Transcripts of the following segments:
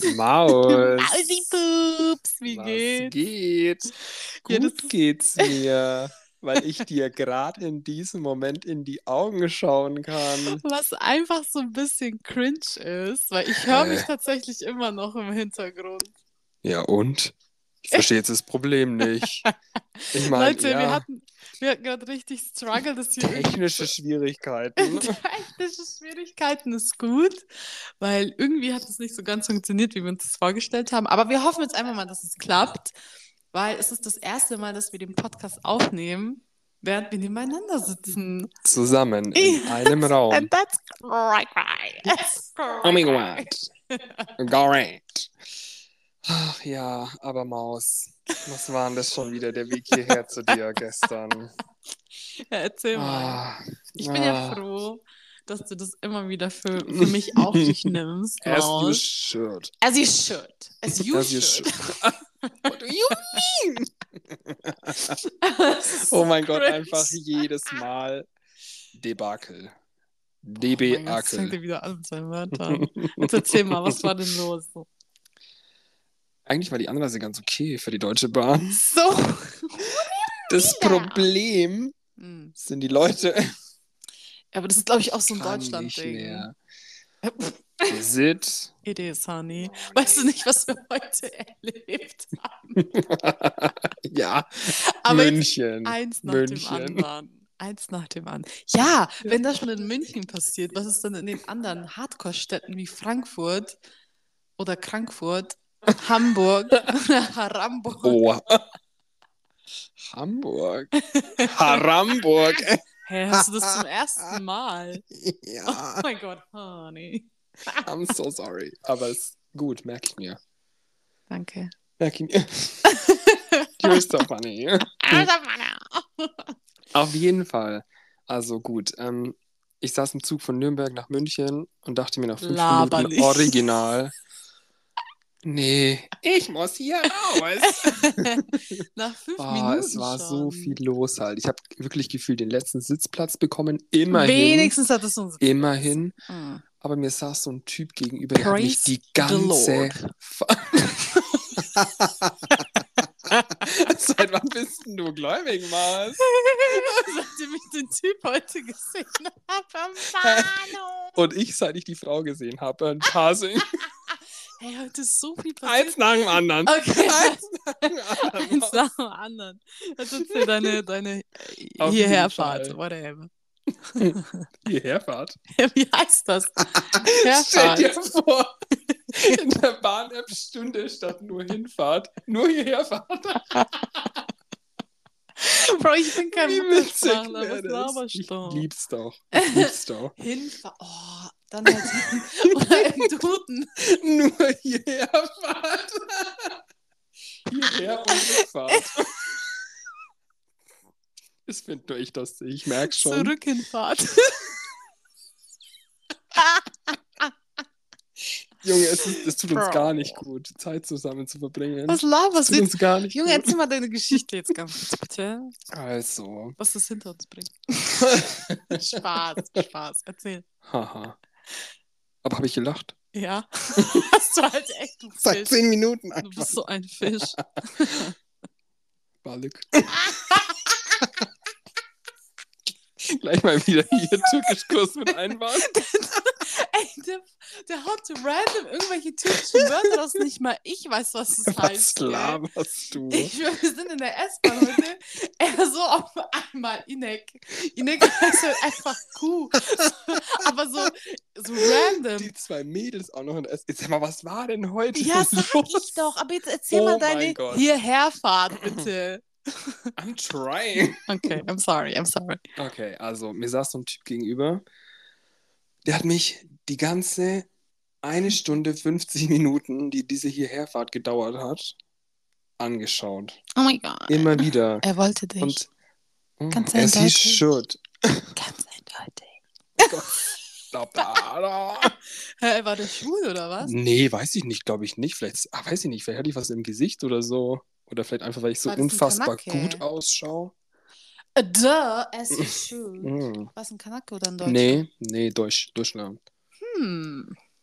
Maus. Mausi-Pups, wie Was geht's? geht? Ja, das Gut geht's mir, weil ich dir gerade in diesem Moment in die Augen schauen kann. was einfach so ein bisschen cringe ist, weil ich höre mich Hä? tatsächlich immer noch im Hintergrund. Ja und? Ich verstehe jetzt das Problem nicht. Ich meine, Leute, wir ja, hatten gerade richtig Struggle, das hier irgendwie technische Schwierigkeiten. Technische Schwierigkeiten ist gut, weil irgendwie hat es nicht so ganz funktioniert, wie wir uns das vorgestellt haben. Aber wir hoffen jetzt einfach mal, dass es klappt, weil es ist das erste Mal, dass wir den Podcast aufnehmen, während wir nebeneinander sitzen. Zusammen in einem Raum. And that's right. Oh mein Gott. Great. Ach ja, aber Maus, was war denn das schon wieder, der Weg hierher zu dir gestern? Ja, erzähl mal. Ah, Ich bin ja froh, dass du das immer wieder für mich auf dich nimmst, as you Maus. should. As you should. As you As you should. What do you mean? Das ist Oh so mein Gott, cringe. einfach jedes Mal Debakel. Oh mein Gott, jetzt fängt Debakel. er wieder an mit seinen Wörtern. Jetzt erzähl mal, was war denn los? Eigentlich war die Anreise ganz okay für die Deutsche Bahn. So. Das Problem Hm. sind die Leute. Aber das ist, glaube ich, auch so ein Kann nicht Deutschland-Ding. mehr. Wir sind. It honey. Weißt du nicht, was wir heute erlebt haben? Ja, Aber jetzt München. eins nach dem anderen. Eins nach dem anderen. Ja, wenn das schon in München passiert, was ist dann in den anderen Hardcore-Städten wie Frankfurt oder Krankfurt, Hamburg, Haramburg? Oh. Hamburg. Haramburg. Hä, hast du das zum ersten Mal? Ja. Oh mein Gott, honey. I'm so sorry. Aber ist gut, merke ich mir. Danke. Merke ich mir. You're so funny. Auf jeden Fall. Also gut. Ich saß im Zug von Nürnberg nach München und dachte mir nach 5 Laber Minuten nicht. original. Nee, ich muss hier raus. Nach 5 Minuten Es war schon. so viel los halt. Ich habe wirklich gefühlt den letzten Sitzplatz bekommen. Immerhin. Wenigstens hat es uns. Immerhin. Hm. Aber mir saß so ein Typ gegenüber, der hat mich Praise die the ganze... Lord. Seit wann bist denn du gläubig, Mars? Seitdem ich den Typ heute gesehen habe am Bahnhof. Und ich, seit ich die Frau gesehen habe, ein Parsing. Hey, heute ist so viel passiert. Eins nach dem anderen. Okay, Eins nach dem anderen. eins nach dem anderen. Jetzt erzähl deine Auf Hierherfahrt, jeden whatever. Hierherfahrt? Wie heißt das? Stell dir Herfahrt. vor, in der Bahn-App Stunde statt nur Hinfahrt, nur Hierherfahrt. Bro, ich bin kein Wie witzig Muttersprachler, was wäre das? laberst Ich du? lieb's doch. Ich lieb's doch. Hinfahrt. Oh, dann halt hin. Oder im Duden. Nur Hierherfahrt. Hierher und Rückfahrt. Das finde nur ich lustig, ich merke schon. Zurückhinfahrt. Junge, es tut uns Bro. gar nicht gut, Zeit zusammen zu verbringen. Was laberst Es tut du? uns gar nicht Junge, gut. erzähl mal deine Geschichte jetzt ganz kurz, bitte. Also. Was das hinter uns bringt. Spaß. Erzähl. Haha. Aber habe ich gelacht? Ja. Hast du halt echt, du Seit Fisch. 10 Minuten Du einfach. bist so ein Fisch. Balık. Gleich mal wieder hier Türkischkurs mit einbauen. Ey, der haut random irgendwelche türkischen Wörter raus, nicht mal ich weiß, was das Was heißt. Gell? laberst du? Ich schwör, wir sind in der S-Bahn heute. Er so auf einmal Inek. Inek heißt halt einfach Kuh. Aber so random. Die 2 Mädels auch noch in S. Jetzt sag mal, was war denn heute Ja, sag los? ich doch. Aber jetzt erzähl Oh mal mein deine Gott. Hierherfahrt, bitte. I'm trying. Okay, I'm sorry. Okay, also mir saß so ein Typ gegenüber, der hat mich die ganze 1 Stunde 50 Minuten, die diese Hierherfahrt gedauert hat, angeschaut. Oh mein Gott. Immer wieder. Er wollte dich. Und Ganz as he eindeutig. should. Ganz eindeutig. Stop da. Hä, war der schwul oder was? Nee, weiß ich nicht, glaube ich nicht. Vielleicht hatte ich was im Gesicht oder so. Oder vielleicht einfach, weil ich so War das ein unfassbar Kanake? gut ausschaue. Duh, as you should. Mm. Was, ein Kanake oder ein Deutscher? Nee, Deutschland.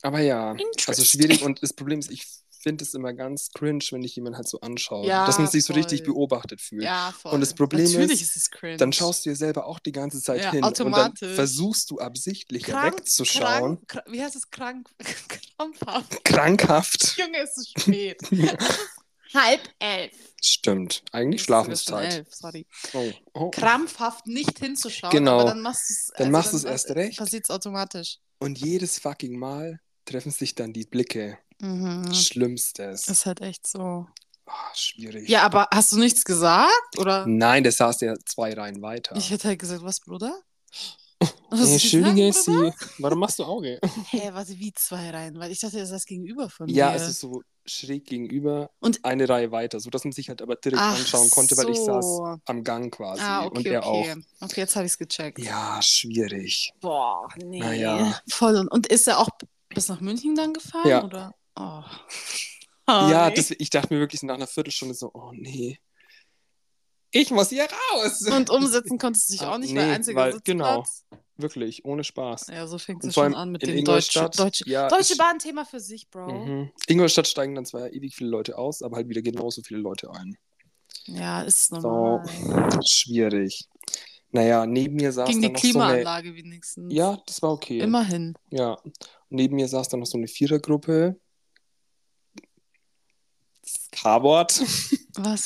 Aber ja, also Interesting. schwierig. Und das Problem ist, ich finde es immer ganz cringe, wenn dich jemand halt so anschaut. Ja, dass man sich so richtig voll. beobachtet fühlt. Ja, voll. Und das Problem Natürlich ist, ist es cringe. dann schaust du dir selber auch die ganze Zeit Ja, hin. Und dann automatisch. versuchst du absichtlich wegzuschauen. Wie heißt es? Krampfhaft. Krankhaft. Junge, es ist spät. 10:30. Stimmt. Eigentlich Es ist sogar schon Schlafenszeit. 11, sorry. Oh. Krampfhaft nicht hinzuschauen, Genau. aber dann machst du es. Dann machst du es erst recht. Passiert es automatisch. Und jedes fucking Mal treffen sich dann die Blicke. Mhm. Schlimmstes. Das ist halt echt so. Schwierig. Ja, aber hast du nichts gesagt? Oder? Nein, der saß ja 2 Reihen weiter. Ich hätte halt gesagt, was, Bruder? Entschuldige Sie. Warum machst du Auge? Hä, warte, wie 2 Reihen? Weil ich dachte, er saß gegenüber von Ja, mir. es ist so schräg gegenüber Und eine Reihe weiter, sodass man sich halt aber direkt anschauen konnte, weil ich saß am Gang quasi okay, und er auch. Okay, jetzt habe ich es gecheckt. Ja, schwierig. Boah, nee. Naja. Voll. Und ist er auch bis nach München dann gefahren? Ja. Oder? Oh. Ja, nee. ich dachte mir wirklich nach einer Viertelstunde so, oh nee. Ich muss hier raus. Und umsetzen konntest du dich auch nicht, weil einziger Sitzplatz. Genau, wirklich, ohne Spaß. Ja, so fängt Und es vor schon allem an mit in dem Ingolstadt, Deutsche ja, Bahn-Thema für sich, Bro. Ingolstadt steigen dann zwar ewig viele Leute aus, aber halt wieder genauso viele Leute ein. Ja, ist normal. So, schwierig. Naja, neben mir saß Gegen dann die noch Klimaanlage wenigstens. Ja, das war okay. Immerhin. Ja. Und neben mir saß dann noch so eine Vierergruppe. K-Wort. Was?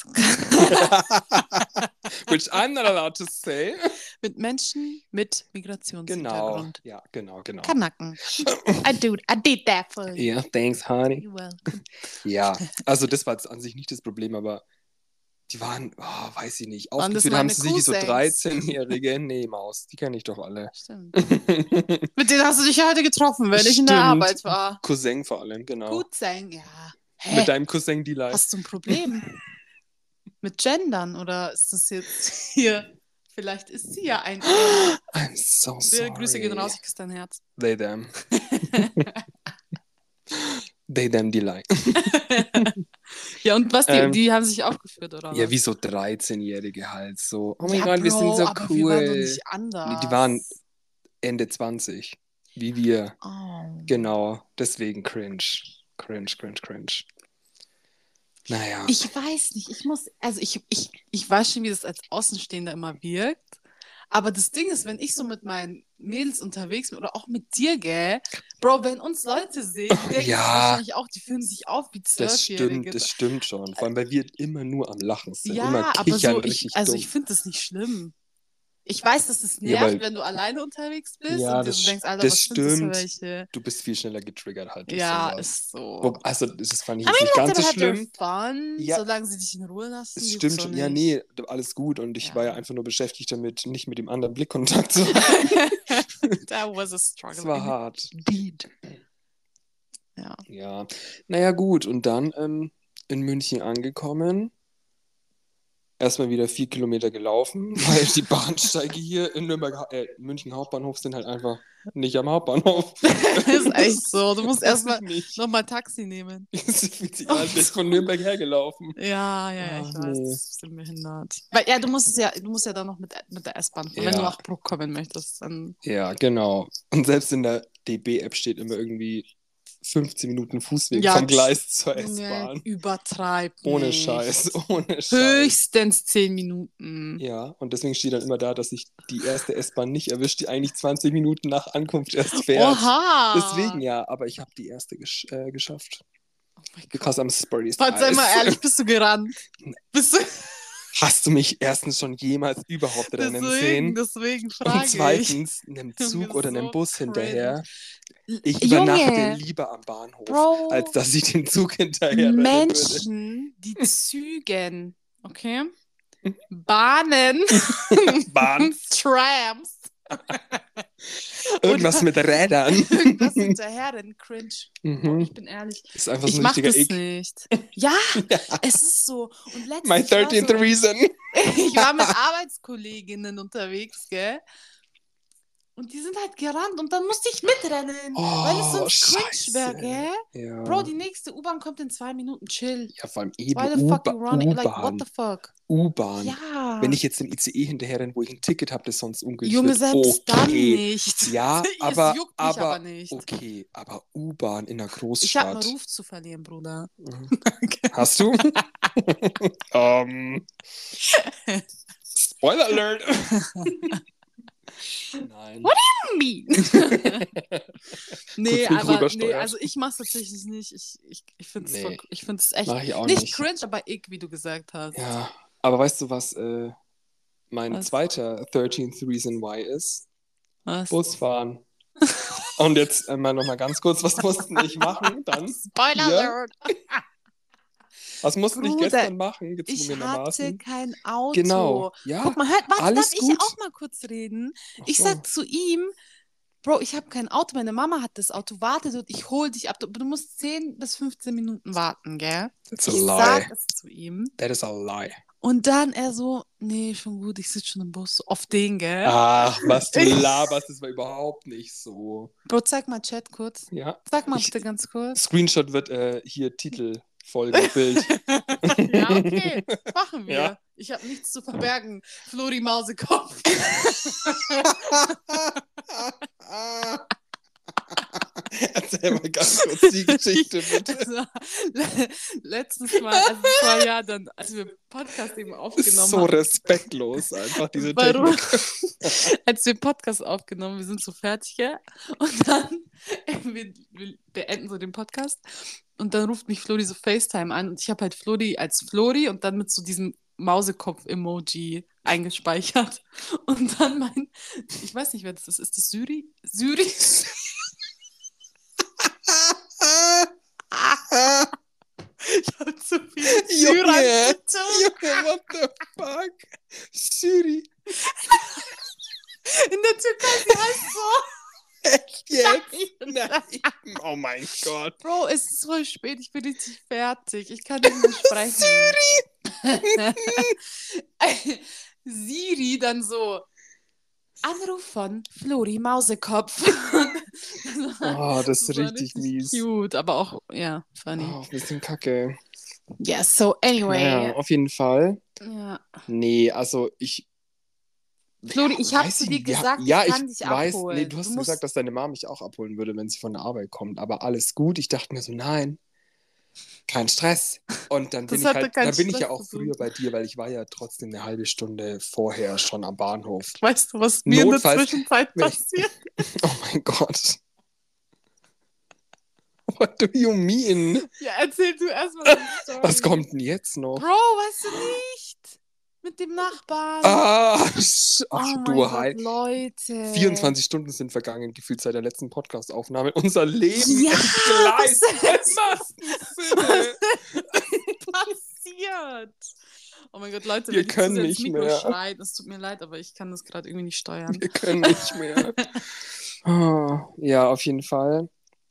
Which I'm not allowed to say. Mit Menschen mit Migrationshintergrund. Genau. Ja, genau. Kanaken. I did that for you. Yeah, thanks, honey. You're welcome. Ja, also das war jetzt an sich nicht das Problem, aber die waren, weiß ich nicht, Waren das aufgeführt haben meine sie sich wie so Cousins? 13-Jährige. Nee, Maus, die kenne ich doch alle. Stimmt. Mit denen hast du dich ja heute getroffen, wenn ich in der Stimmt. Arbeit war. Cousin vor allem, genau. Gut sein, ja. Hä? Mit deinem Cousin Delay. Hast du ein Problem? Mit Gendern? Oder ist das jetzt hier... Vielleicht ist sie ja ein... I'm so sorry. Grüße gehen raus, ich küsse dein Herz. They, them. They, them, Delay. Ja, und was, die haben sich aufgeführt, oder was? Ja, wie so 13-Jährige halt. So, oh mein Ja, Gott, wir sind so aber cool. wir waren doch nicht anders. Nee, die waren Ende 20. Wie wir. Oh. Genau, deswegen cringe. Cringe. Naja. Ich weiß nicht, ich weiß schon, wie das als Außenstehender immer wirkt. Aber das Ding ist, wenn ich so mit meinen Mädels unterwegs bin oder auch mit dir, gell, Bro, wenn uns Leute sehen, die denken sich wahrscheinlich auch, die fühlen sich auf wie 12-Jährige. Das stimmt schon. Vor allem, weil wir immer nur am Lachen sind. Ja, immer aber kichern, so, richtig dumm. ich finde das nicht schlimm. Ich weiß, dass es nervt, Ja, weil- wenn du alleine unterwegs bist Ja, und dir das- so denkst, Alter, das was sind das für stimmt. welche? Du bist viel schneller getriggert halt. durch Ja, sowas. ist so. Also, das fand ich I jetzt mean, nicht ganz so let them have schlimm. their fun, Ja. solange sie dich in Ruhe lassen. Das juckt's stimmt doch schon. Ja, nicht. nee, alles gut. Und ich Ja. war ja einfach nur beschäftigt damit, nicht mit dem anderen Blickkontakt zu haben. That was a struggle. Das war hart. Indeed. Ja. Ja. Naja, gut. Und dann in München angekommen. Erstmal wieder 4 Kilometer gelaufen, weil die Bahnsteige hier in München Hauptbahnhof sind halt einfach nicht am Hauptbahnhof. Das ist echt so. Du musst erstmal nicht. nochmal Taxi nehmen. Das fühlt sich an, als wäre ich von Nürnberg hergelaufen. Ja, Ah, ich weiß. nee. Das ist ein bisschen behindert. Weil, ja, du musst ja dann noch mit der S-Bahn fahren. Wenn Ja. du nach Bruck kommen möchtest, dann. Ja, genau. Und selbst in der DB-App steht immer irgendwie 15 Minuten Fußweg Ja, vom Gleis zur Junge, S-Bahn. übertreib Ohne nicht. Scheiß, ohne Scheiß. Höchstens 10 Minuten. Ja, und deswegen steht dann immer da, dass ich die erste S-Bahn nicht erwischt, die eigentlich 20 Minuten nach Ankunft erst fährt. Oha! Deswegen ja, aber ich habe die erste geschafft. Oh mein Gott. Because I'm spurry. Warte, sei mal ehrlich, bist du gerannt? Bist du. Hast du mich erstens schon jemals überhaupt rennen sehen? Deswegen frage Und zweitens einem Junge, Zug oder einem so Bus cringe. hinterher. ich. Ich Junge, übernachte lieber am Bahnhof, Bro, als dass ich den Zug hinterher rennen würde. Menschen, die Zügen, okay? Bahnen, Bahn, Trams, irgendwas mit Rädern. irgendwas hinterher, denn cringe. Mhm. Ich bin ehrlich. Ist einfach Ich so ein mach richtiger das Ick. nicht. Ja, es ist so. Und letztens My 13th war reason. ich war mit Arbeitskolleginnen unterwegs, gell? Und die sind halt gerannt und dann musste ich mitrennen, weil es sonst cringe wäre, gell? Ja. Bro, die nächste U-Bahn kommt in 2 Minuten, chill. Ja, vor allem eben Why the fuck you running? Like, what U-Bahn. the fuck? U-Bahn. Ja. Wenn ich jetzt den ICE hinterher renne, wo ich ein Ticket habe, das sonst ungültig Junge, wird, selbst dann nicht. Ja, Es juckt mich aber nicht. Okay, aber U-Bahn in einer Großstadt. Ich habe einen Ruf zu verlieren, Bruder. Hast du? Spoiler Alert! Nein. What do you mean? Nee, aber also ich mach's tatsächlich nicht. Ich finde es echt Mach ich auch nicht cringe, aber wie du gesagt hast. Ja, aber weißt du, was mein zweiter 13th Reason Why ist? Was? Busfahren. Und jetzt noch mal ganz kurz, was mussten ich machen dann? Spoiler Alert! Was mussten ich gestern machen, Ich gezwungenermaßen? hatte kein Auto. Genau, ja. Guck mal, warte, alles darf gut. ich auch mal kurz reden? Ich sag zu ihm, Bro, ich habe kein Auto, meine Mama hat das Auto, warte dort, ich hol dich ab. Du musst 10 bis 15 Minuten warten, gell? That's a Ich lie. sag es zu ihm. That is a lie. Und dann er so, nee, schon gut, ich sitze schon im Bus. Auf den, gell? Ach, was du laberst, das war überhaupt nicht so. Bro, zeig mal Chat kurz. Ja. Sag mal bitte ganz kurz. Screenshot wird hier Titel, Folge, Bild. Ja, okay, machen wir. Ja. Ich habe nichts zu verbergen. Flori Mausekopf. Erzähl mal ganz kurz die Geschichte, bitte. Also, letztes Mal, also es war ja dann, als wir Podcast eben aufgenommen So haben. respektlos einfach, diese Warum? Technik. Als wir Podcast aufgenommen, wir sind so fertig, gell? Und dann, wir beenden so den Podcast und dann ruft mich Flori so FaceTime an und ich habe halt Flori als Flori und dann mit so diesem Mausekopf-Emoji eingespeichert. Und dann ich weiß nicht, wer das ist das Syri? Syri? Ich hab zu viel mit Syrern zu tun. Junge, what the fuck? Syri. In der Türkei, sie heißt so. Echt jetzt? Nein. Oh mein Gott. Bro, es ist voll spät, ich bin richtig fertig. Ich kann nicht mehr sprechen. Siri! Siri dann so. Anruf von Flori Mausekopf. Oh, das ist war richtig mies. Cute, aber auch, ja, funny. Oh, ein bisschen kacke. Ja, so anyway. Naja, auf jeden Fall. Ja. Nee, also Flori, ich habe weiß zu ich dir nicht. gesagt, Ja, ich kann dich weiß, abholen. nee, du hast gesagt, dass deine Mama mich auch abholen würde, wenn sie von der Arbeit kommt. Aber alles gut. Ich dachte mir so, nein, kein Stress. Und dann bin ich ja auch früher bei dir, weil ich war ja trotzdem eine halbe Stunde vorher schon am Bahnhof. Weißt du, was mir Notfalls, in der Zwischenzeit passiert? Oh mein Gott. What do you mean? Ja, erzähl du erstmal deine Story. Was kommt denn jetzt noch? Bro, weißt du nicht? Mit dem Nachbarn. Ach oh du mein Heil. Gott, Leute. 24 Stunden sind vergangen, gefühlt seit der letzten Podcast-Aufnahme. Unser Leben Ja, entgleist. was passiert? Oh mein Gott, Leute, Wir wenn ich können zu sehr nicht ins Mikro mehr. schreit, es tut mir leid, aber ich kann das gerade irgendwie nicht steuern. Wir können nicht mehr. Oh, ja, auf jeden Fall.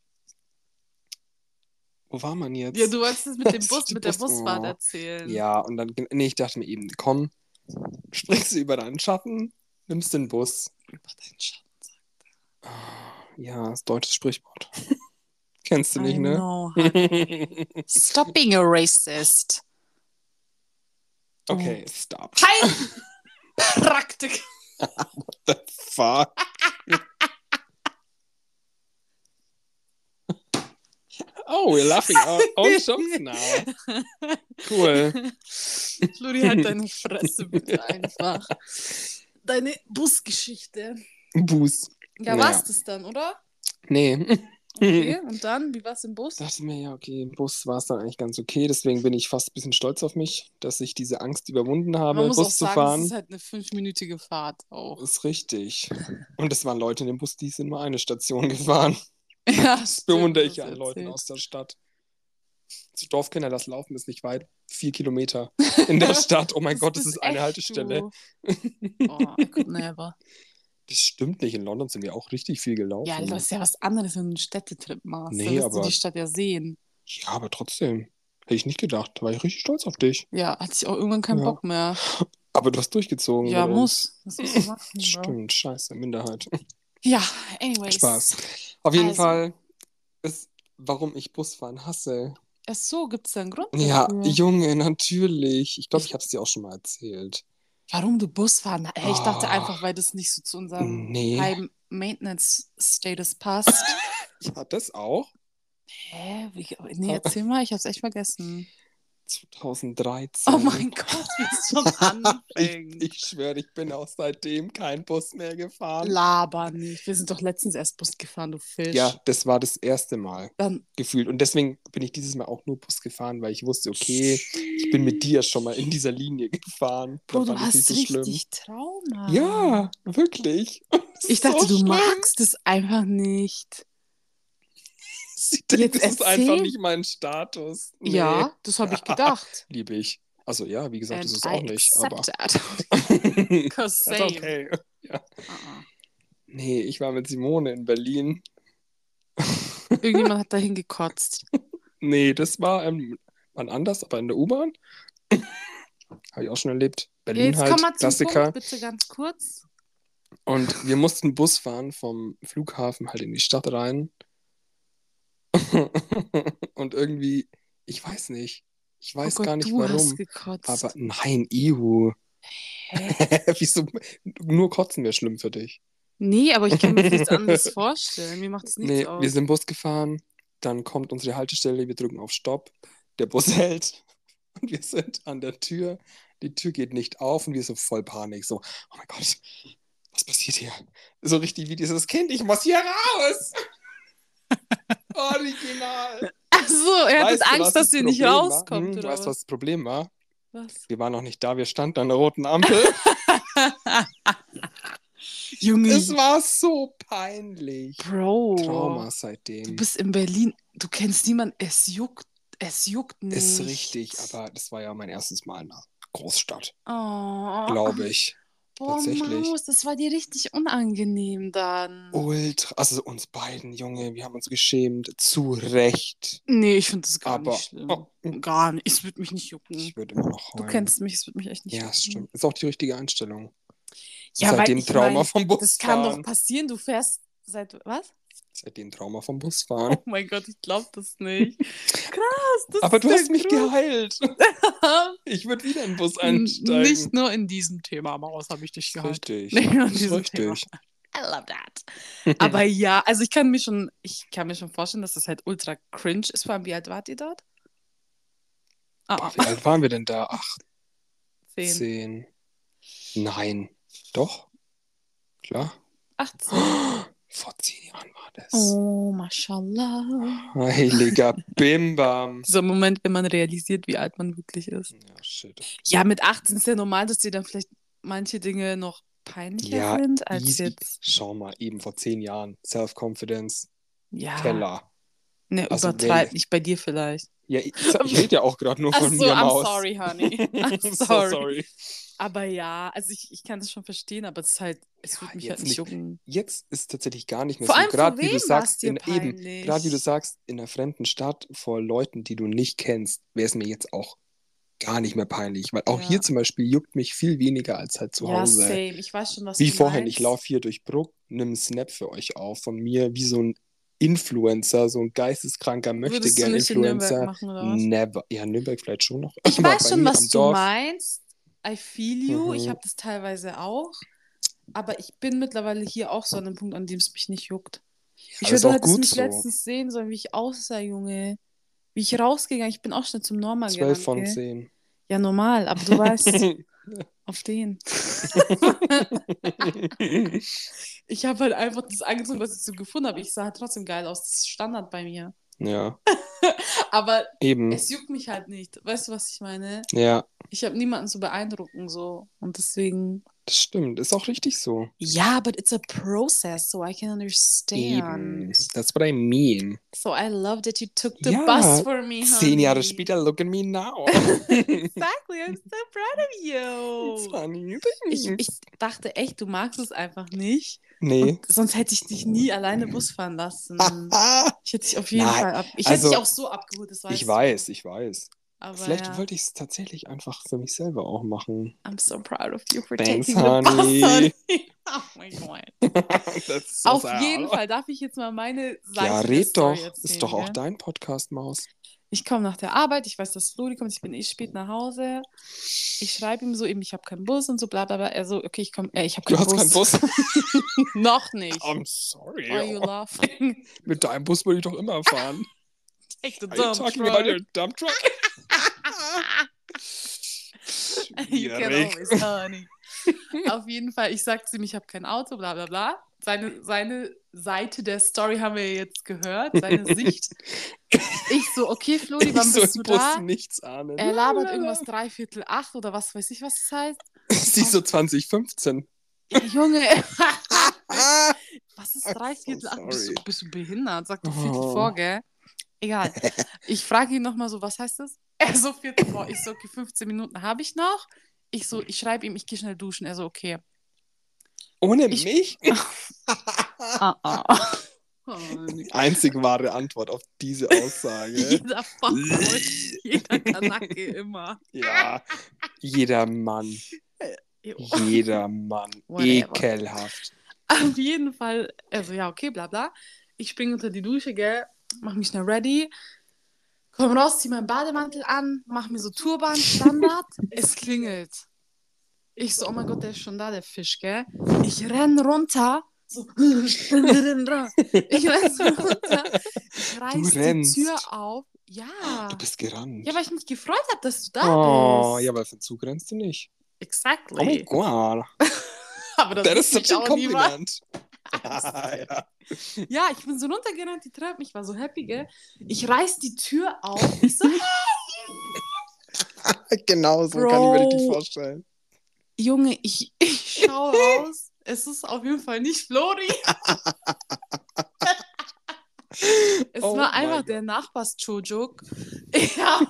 Wo war man jetzt? Ja, du wolltest es mit dem Das Bus, ist die mit der Bus- Busfahrt oh. erzählen. Ja, und dann, nee, ich dachte mir eben, komm, springst du über deinen Schatten, nimmst den Bus. Über deinen Schatten. Ja, das deutsche Sprichwort. Kennst du nicht, I ne? know, honey. Stop being a racist. Okay, stop. Kein Praktik. What the fuck? Oh, we're laughing our own jokes now. Cool. Flori, halt deine Fresse bitte einfach. Deine Busgeschichte. Bus. Ja, Naja. war's das dann, oder? Nee. Okay, und dann? Wie war's im Bus? Dachte mir, ja, okay, im Bus war es dann eigentlich ganz okay. Deswegen bin ich fast ein bisschen stolz auf mich, dass ich diese Angst überwunden habe, Man muss Bus auch zu sagen, fahren. es ist halt eine 5-minütige Fahrt auch. Ist richtig. Und es waren Leute in dem Bus, die sind nur eine Station gefahren. Ja, Das bewundere ich ja an Leuten aus der Stadt. Zu Dorfkinder, das Laufen ist nicht weit. 4 Kilometer in der Stadt. Oh mein Gott, das ist eine echt Haltestelle. Oh, I could never. Das stimmt nicht. In London sind wir auch richtig viel gelaufen. Ja, das ist ja was anderes, wenn du einen Städtetrip machst. Nee, da wirst aber- du die Stadt ja sehen. Ja, aber trotzdem. Hätte ich nicht gedacht. Da war ich richtig stolz auf dich. Ja, hatte ich auch irgendwann keinen Ja. Bock mehr. Aber du hast durchgezogen. Ja, mit uns. muss. Das musst du machen, Bro. Stimmt, scheiße, Minderheit. Ja, anyways. Spaß. Auf jeden Also. Fall ist, warum ich Busfahren hasse. Ach so, gibt es da einen Grund Ja, dafür? Junge, natürlich. Ich glaube, Ich- ich habe es dir auch schon mal erzählt. Warum du Bus fahren? Hey, ich dachte Ah, einfach, weil das nicht so zu unserem nee. High-Maintenance-Status passt. Ja, das auch. Hä? Nee, erzähl mal, ich hab's echt vergessen. 2013. Oh mein Gott, wie es schon anfängt. Ich schwöre, ich bin auch seitdem kein Bus mehr gefahren. Laber nicht. Wir sind doch letztens erst Bus gefahren, du Fisch. Ja, das war das erste Mal Dann, gefühlt. Und deswegen bin ich dieses Mal auch nur Bus gefahren, weil ich wusste, okay, ich bin mit dir schon mal in dieser Linie gefahren. Da Bro, du fand ich es nicht hast so schlimm. richtig Trauma. Ja, wirklich. Das Ich ist dachte, so du schlimm. magst es einfach nicht. Sie denkt, Jetzt das ist einfach erzähl. nicht mein Status. Nee. Ja, das habe ich gedacht. Liebe ich. Also ja, wie gesagt, And das ist I auch nicht, aber accept that. das ist Same. okay. Ja. Uh-uh. Nee, ich war mit Simone in Berlin. Irgendjemand hat dahin gekotzt. Nee, das war wann anders, aber in der U-Bahn. Habe ich auch schon erlebt. Ja, Berlin jetzt komm halt, mal zum Klassiker. Punkt, bitte ganz kurz. Und wir mussten Bus fahren vom Flughafen halt in die Stadt rein. Und irgendwie, ich weiß nicht. Ich Oh weiß Gott, gar nicht du hast warum. gekotzt. Aber nein, Ihu. Hä? Wieso? Nur Kotzen wäre schlimm für dich. Nee, aber ich kann mir nichts anderes vorstellen. Mir macht es nichts Nee, wir aus. sind Bus gefahren. Dann kommt unsere Haltestelle. Wir drücken auf Stopp. Der Bus hält. Und wir sind an der Tür. Die Tür geht nicht auf und wir so voll Panik. So, oh mein Gott, was passiert hier? So richtig wie dieses Kind, ich muss hier raus. Original. Ach so, er hatte Weißt du, was Angst, dass das sie nicht Problem war? rauskommt, oder Weißt du, was was? das Problem war? Was? Wir waren noch nicht da, wir standen an der roten Ampel. Junge, Es war so peinlich. Bro, Trauma du seitdem. bist in Berlin, du kennst niemanden, es juckt nicht. Ist richtig, aber das war ja mein erstes Mal in einer Großstadt, Oh, glaube ich. boah, Tatsächlich. Maus, das war dir richtig unangenehm dann. Ultra, also uns beiden, Junge, wir haben uns geschämt. Zu Recht. Nee, ich finde das gar Aber nicht schlimm. oh, Gar nicht, es wird mich nicht jucken. ich würde immer noch Du heulen. kennst mich, es wird mich echt nicht Ja, jucken. es stimmt. Ist auch die richtige Einstellung. Ja, weil Seitdem ich Trauma mein, vom das kann doch Busfahren. passieren, du fährst seit, was? Seitdem Trauma vom Busfahren. Oh mein Gott, ich glaube das nicht. Krass, das Aber ist du der hast mich Grund. geheilt. Ich würde wieder in den Bus einsteigen. Nicht nur in diesem Thema, Maus, habe ich dich Das ist geheilt. richtig. Nicht nur in Das ist diesem richtig. Thema. I love that. Aber ja, also ich kann mir schon vorstellen, dass das halt ultra cringe ist. Vor allem, wie alt wart ihr dort? Boah, wie alt waren wir denn da? 10. 18. Nein. Doch? Klar. 18. Vor 10 Jahren war das. Oh, mashallah. Heiliger Bimbam. Dieser Moment, wenn man realisiert, wie alt man wirklich ist. Ja, shit. Ja, mit 18 ist ja normal, dass dir dann vielleicht manche Dinge noch peinlicher Ja, sind als easy. jetzt. Schau mal, eben vor 10 Jahren. Self-Confidence. Ja. Keller. Ne, Also, übertreib nicht bei dir vielleicht. Ja, ich rede ja auch gerade nur Ach von so, mir, I'm Maus. sorry, honey. I'm So sorry. sorry. Aber ja, also ich kann das schon verstehen, aber es ist halt, es Ja, wird mich jetzt halt nicht jucken. Jetzt ist tatsächlich gar nicht mehr Vor so. allem vor Gerade wie du wem sagst, war's dir peinlich? gerade wie du sagst, in einer fremden Stadt vor Leuten, die du nicht kennst, wäre es mir jetzt auch gar nicht mehr peinlich. Weil auch Ja. hier zum Beispiel juckt mich viel weniger als halt zu Ja, Hause. same. Ich weiß schon, was Wie du vorhin, meinst. ich laufe hier durch Bruck, nimm einen Snap für euch auf von mir, wie so ein Influencer, so ein geisteskranker Würdest du nicht in Nürnberg Möchtegern-Influencer. machen, oder was? Never. Ja, Nürnberg vielleicht schon noch. Ich aber weiß bei schon, mir was am du Dorf. meinst. I feel you. Ich Mhm. habe das teilweise auch. Aber ich bin mittlerweile hier auch so an einem Punkt, an dem es mich nicht juckt. Ich das würde, ist du auch hättest gut mich so. letztens sehen sollen, wie ich aussah, Junge. Wie ich rausgegangen, ich bin auch schnell zum Norma 12 gerannt, von gell? 10. Ja, normal, aber du weißt, auf den. Ich habe halt einfach das angezogen, was ich so gefunden habe. Ich sah halt trotzdem geil aus. Das ist Standard bei mir. Ja, Aber eben. es juckt mich halt nicht. Weißt du, was ich meine? Ja, Ich habe niemanden zu beeindrucken, so. Und deswegen. das stimmt. Ist auch richtig so. Ja, but it's a process, so I can Eben. understand. That's what I mean. So I love that you took the Ja, bus for me, 10 Jahre honey. später, look at me now. Exactly, I'm so proud of you. Funny. Ich dachte echt, du magst es einfach nicht. Nee. Und sonst hätte ich dich nie alleine Bus fahren lassen. Ich hätte dich auf jeden Nein, Fall ich hätte also, dich auch so abgeholt, das weißt ich du. weiß. Aber Vielleicht ja, wollte ich es tatsächlich einfach für mich selber auch machen. I'm so proud of you for Thanks, taking the bus, honey. honey. Oh mein Gott. That's so Auf sad. jeden Fall darf ich jetzt mal meine Ja, Seite der red Story doch. Ist erzählen, doch auch gell? dein Podcast, Maus. Ich komme nach der Arbeit, ich weiß, dass Flori kommt, ich bin spät nach Hause. Ich schreibe ihm so eben, ich habe keinen Bus und so, bla bla bla. Er so, okay, ich habe Du keinen hast Bus. keinen Bus? Noch nicht. I'm sorry. Why are you laughing? Mit deinem Bus würde ich doch immer fahren. Take the Are you dump talking truck. about your dump truck? You can Schwierig. always, honey. Auf jeden Fall, ich sagte ihm, ich habe kein Auto, bla bla bla. Seine Seite der Story haben wir jetzt gehört, seine Sicht. Ich so, okay, Flori, wann Ich so bist im du Bus da? nichts ahnen. Er labert irgendwas 7:45 oder was weiß ich, was das heißt. Sie so 2015. Ja, Junge, was ist I'm 7:45? so sorry. Bist du behindert? Sag doch Oh. 4 vor, gell? Egal. Ich frage ihn nochmal so, was heißt das? Er so 4 vor. Ich so, okay, 15 Minuten habe ich noch. Ich schreibe ihm, ich gehe schnell duschen. Er so, okay. Ohne mich? Die einzig wahre Antwort auf diese Aussage. Jeder Fuckboy, jeder Kanacke immer. Ja, jeder Mann. Jeder Mann. Whatever. Ekelhaft. Auf jeden Fall, also ja, okay, bla bla. Ich springe unter die Dusche, gell, mach mich schnell ready, komm raus, zieh meinen Bademantel an, mach mir so Turban, Standard, es klingelt. Ich so, oh mein Gott, der ist schon da, der Fisch, gell. Ich renn runter, so, ich renn so runter, ich reiß die Tür auf. Ja. Du bist gerannt. Ja, weil ich mich gefreut habe, dass du da bist. Ja, weil für den Zug rennst du nicht. Exactly. Oh mein Gott. Aber das That is ist such a auch niemand. compliment. Ja. Ja, ich bin so runtergerannt, die Treppe, ich war so happy, gell? Ich reiß die Tür auf, ich so, Genau so Bro. kann ich mir richtig vorstellen. Junge, ich schaue raus, es ist auf jeden Fall nicht Flori. Es Oh war mein einfach Gott. der Nachbars-Jojuk. Ja,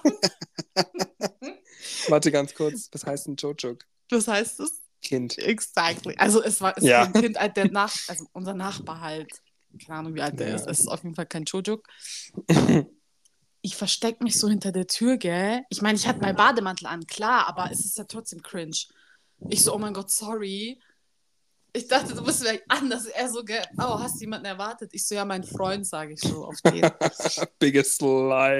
Warte ganz kurz, was heißt ein Jojuk? was heißt das? Kind. Exactly. Also es war Ja. ein Kind, also unser Nachbar halt. Keine Ahnung, wie alt der Ja. ist. Es ist auf jeden Fall kein Jojuk. Ich verstecke mich so hinter der Tür, gell? Ich meine, ich hatte meinen Bademantel an, klar, aber es ist ja trotzdem cringe. Ich so, oh mein Gott, sorry. Ich dachte, du bist vielleicht anders. Er so, gell, oh, hast du jemanden erwartet? Ich so, ja, mein Freund, sage ich so auf den. Biggest lie.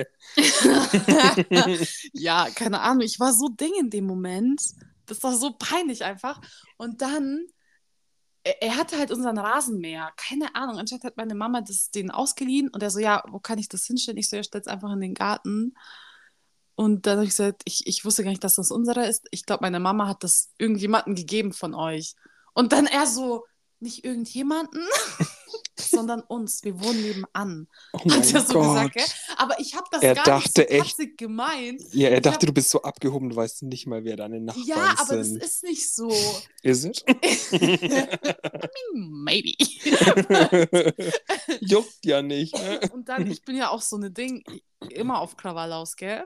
Ja, keine Ahnung, ich war so Ding in dem Moment. Das war so peinlich einfach. Und dann, er hatte halt unseren Rasenmäher. Keine Ahnung, anscheinend hat meine Mama den ausgeliehen. Und er so, ja, wo kann ich das hinstellen? Ich so, ja, stell's einfach in den Garten. Und dann habe ich gesagt, ich wusste gar nicht, dass das unserer ist. Ich glaube, meine Mama hat das irgendjemandem gegeben von euch. Und dann er so, nicht irgendjemanden, sondern uns. Wir wohnen nebenan. Oh Hat mein er so Gott. gesagt, gell? Aber ich habe das Er gar dachte nicht so echt- patzig gemeint. Ja, er Ich dachte, hab- du bist so abgehoben, du weißt nicht mal, wer deine Nachbarn Ja, aber das sind. ist nicht so. Is it? Maybe. Juckt ja nicht. Ne? Und dann, ich bin ja auch so eine Ding, immer auf Krawall aus, gell?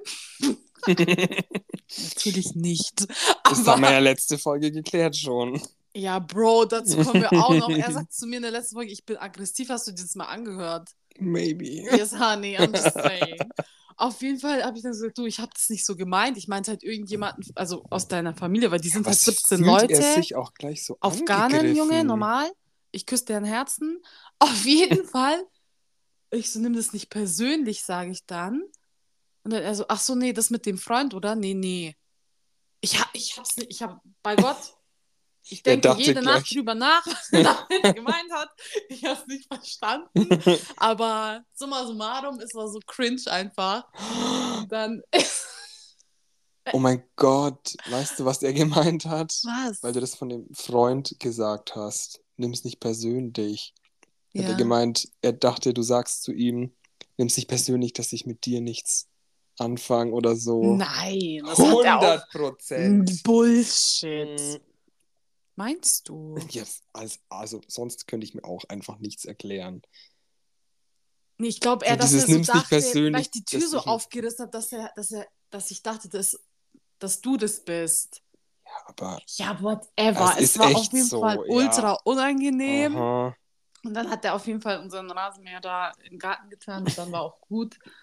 Natürlich nicht. Das haben wir Aber ja letzte Folge geklärt schon. ja, Bro, dazu kommen wir auch noch. Er sagt zu mir in der letzten Folge, ich bin aggressiv. Hast du dir das mal angehört? Maybe. Yes, honey, I'm just saying. Auf jeden Fall habe ich dann gesagt, du, ich habe das nicht so gemeint. Ich meinte halt irgendjemanden, also aus deiner Familie, weil die sind halt Was 17 fühlt Leute. er sich auch gleich so Afghanen, angegriffen? Junge, normal. Ich küsse deren Herzen. Auf jeden Fall. Ich so, nimm das nicht persönlich, sage ich dann. Und dann er so, ach so, nee, das mit dem Freund, oder? Nee. Ich hab's nicht, bei Gott, ich Er denke dachte jede Nacht gleich- drüber nach, was er damit gemeint hat. Ich hab's nicht verstanden. Aber summa summarum, es war so cringe einfach. Und dann, Oh mein Gott, weißt du, was er gemeint hat? was? Weil du das von dem Freund gesagt hast. Nimm's nicht persönlich. Hat Ja. er gemeint, er dachte, du sagst zu ihm, nimm's nicht persönlich, dass ich mit dir nichts anfange oder so. Nein, das hat er auch. 100%. Bullshit. Meinst du? Yes, also sonst könnte ich mir auch einfach nichts erklären. Nee, ich glaube eher, So dass dieses er so nimm's nicht dachte, persönlich, weil ich die Tür dass so ich- aufgerissen habe, dass ich dachte, dass du das bist. Ja, aber Ja, whatever. Das Es ist war echt auf jeden so, Fall ja. ultra unangenehm. aha. Und dann hat er auf jeden Fall unseren Rasenmäher da im Garten getan und dann war auch gut.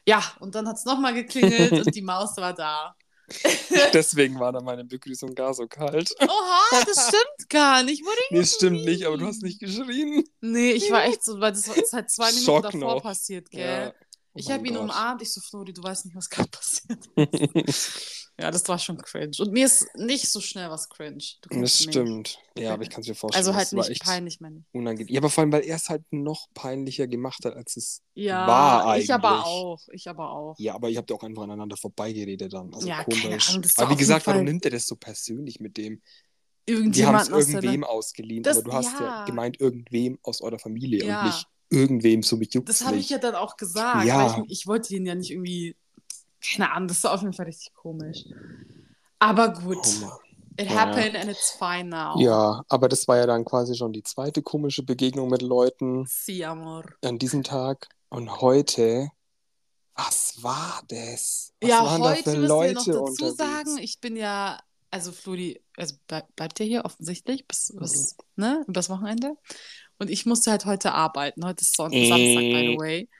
Ja, und dann hat es nochmal geklingelt und die Maus war da. Deswegen war dann meine Begrüßung gar so kalt. Oha, das stimmt gar nicht. What are Nee, you stimmt nicht, aber du mean? hast nicht geschrien. Nee, ich war echt so, weil das ist halt 2 Minuten Schock davor noch. passiert, gell? Ja. Oh Ich mein habe ihn Gott. umarmt. Ich so, Flori, du weißt nicht, was gerade passiert ist. Ja, das war schon cringe. Und mir ist nicht so schnell was cringe. Du Das kennst mich. stimmt. Ja, aber ich kann es mir vorstellen, Also halt das war nicht echt peinlich, meine ich. unangenehm. Ja, aber vor allem, weil er es halt noch peinlicher gemacht hat, als es Ja, war ich aber eigentlich. auch. Ich aber auch. Ja, aber ihr habt ja auch einfach aneinander vorbeigeredet dann. Also Ja, keine komisch. Ahnung, das ist Aber doch wie auf jeden gesagt, warum Fall nimmt er das so persönlich mit dem? Die haben es irgendjemanden aus irgendwem seiner... ausgeliehen, Das, aber du hast ja ja, gemeint, irgendwem aus eurer Familie und ja. nicht irgendwem, so mich juckt's Das habe ich nicht. ja dann auch gesagt, Ja. weil ich wollte den ja nicht irgendwie... Keine Ahnung, das war auf jeden Fall richtig komisch. Aber gut. Oh Mann. It Naja. happened and it's fine now. Ja, aber das war ja dann quasi schon die zweite komische Begegnung mit Leuten Sí, amor. an diesem Tag. Und heute, was war das? Was Ja, waren da heute für müssen wir noch Leute dazu unterwegs? sagen, ich bin ja, also Flori, also bleibt ja hier offensichtlich bis ne, übers Wochenende. Und ich musste halt heute arbeiten. Heute ist Samstag, by the way.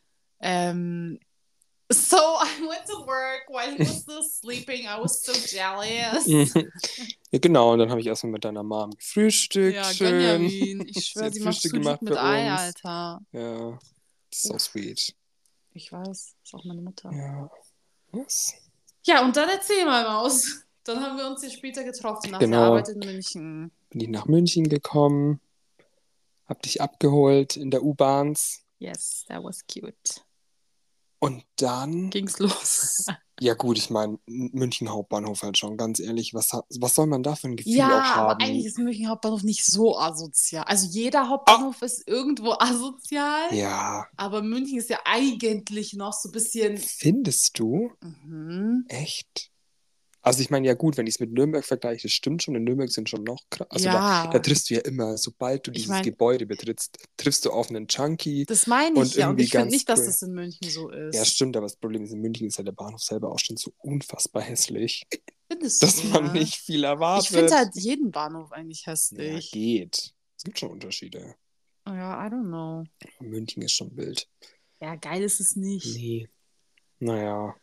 So I went to work while he was still sleeping. I was so jealous. Ja, genau, und dann habe ich erstmal mit deiner Mom gefrühstückt. Ja, schön. Gönjamin. Ich Sie schwöre, hat sie macht Frühstück Sujuk gemacht mit für Ei, uns. Alter. Ja, so sweet. Ich weiß, ist auch meine Mutter. Ja. Was? Ja, und dann erzähl mal, Maus. Dann haben wir uns hier später getroffen nach der Genau. Arbeit in München. Bin ich nach München gekommen, hab dich abgeholt in der U-Bahns Yes, that was cute. und dann Ging's los. ja gut, ich meine, München Hauptbahnhof halt schon, ganz ehrlich, was soll man da für ein Gefühl Ja, auch aber haben? eigentlich ist München Hauptbahnhof nicht so asozial. Also jeder Hauptbahnhof ist irgendwo asozial, Ja, aber München ist ja eigentlich noch so ein bisschen... findest du? Mhm. Echt? Also ich meine, ja gut, wenn ich es mit Nürnberg vergleiche, das stimmt schon, in Nürnberg sind schon noch krass. Also Ja. da triffst du ja immer, sobald du dieses Gebäude betrittst, triffst du auf einen Junkie. Das meine und ich ja. Und irgendwie ich finde ganz nicht, dass cra- das in München so ist. Ja, stimmt, aber das Problem ist, in München ist ja der Bahnhof selber auch schon so unfassbar hässlich, Findest dass du, man ja? nicht viel erwartet. Ich finde halt jeden Bahnhof eigentlich Ja, hässlich. geht. Es gibt schon Unterschiede. Ja, I don't know. München ist schon wild. Ja, geil ist es nicht. Nee. Naja.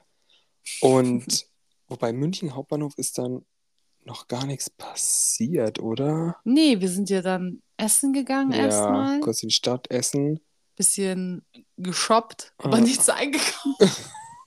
Und wobei München Hauptbahnhof ist dann noch gar nichts passiert, oder? Nee, wir sind ja dann essen gegangen Ja, erstmal. kurz in die Stadt essen. Bisschen geshoppt, aber Ja. nichts eingekauft.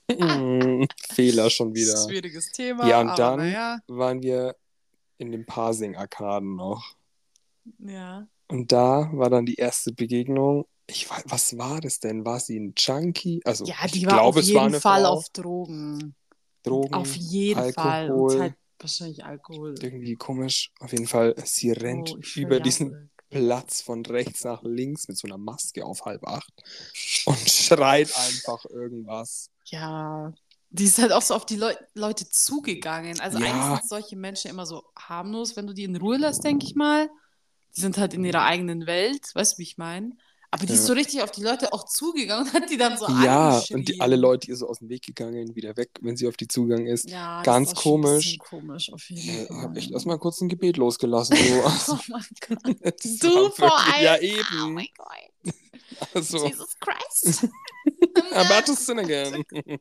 Fehler schon wieder. Schwieriges Thema. Ja, und aber dann naja. waren wir in den Parsing-Arkaden noch. Ja. Und da war dann die erste Begegnung. Ich weiß, was war das denn? War sie ein Junkie? Also, Ja, ich die war glaube, auf es war jeden eine Fall Frau. auf Drogen. Drogen, Auf jeden Alkohol. Fall. Und halt wahrscheinlich Alkohol. Irgendwie komisch. Auf jeden Fall, sie rennt Oh, ich schwör, über ja, diesen Platz von rechts nach links mit so einer Maske auf 7:30 und schreit einfach irgendwas. Ja, die ist halt auch so auf die Leute zugegangen. Also Ja. eigentlich sind solche Menschen immer so harmlos, wenn du die in Ruhe lässt, denke ich mal. Die sind halt in ihrer eigenen Welt, weißt du, wie ich meine? Aber die ist so richtig auf die Leute auch zugegangen und hat die dann so Ja, angeschrien. und alle Leute ihr so aus dem Weg gegangen, wieder weg, wenn sie auf die zugegangen ist. Ja, Ganz das war schon ein komisch. bisschen komisch, auf jeden Ich Fall. habe echt erstmal kurz ein Gebet losgelassen. So. Oh mein Gott. Das Du war vor wirklich- allem. Ja, Oh eben. mein Gott. Also, Jesus Christ. I'm about to sin again.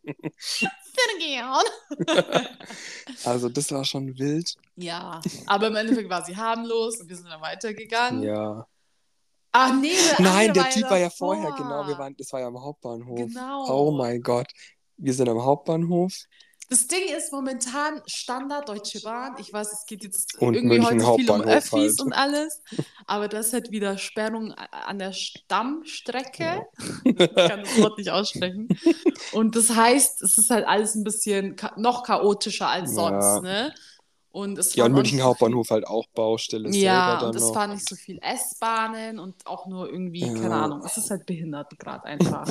Sin again. Also, das war schon wild. Ja, aber im Endeffekt war sie harmlos und wir sind dann weitergegangen. Ja. Ah, nee, Nein, andere der Typ war ja davor. vorher, genau. Das war ja am Hauptbahnhof. Genau. Oh mein Gott. Wir sind am Hauptbahnhof. Das Ding ist momentan Standard Deutsche Bahn. Ich weiß, es geht jetzt Und irgendwie München heute viel um Hauptbahnhof Öffis halt. und alles. Aber das ist halt wieder Sperrung an der Stammstrecke. Ich kann das Wort nicht aussprechen. Und das heißt, es ist halt alles ein bisschen noch chaotischer als sonst, Ja. ne? Und es Ja, fahren und auch München nicht so Hauptbahnhof halt auch Baustelle viel, ja, selber dann und es noch. fahren nicht so viel S-Bahnen und auch nur irgendwie, Ja. keine Ahnung, es ist halt behindert gerade einfach.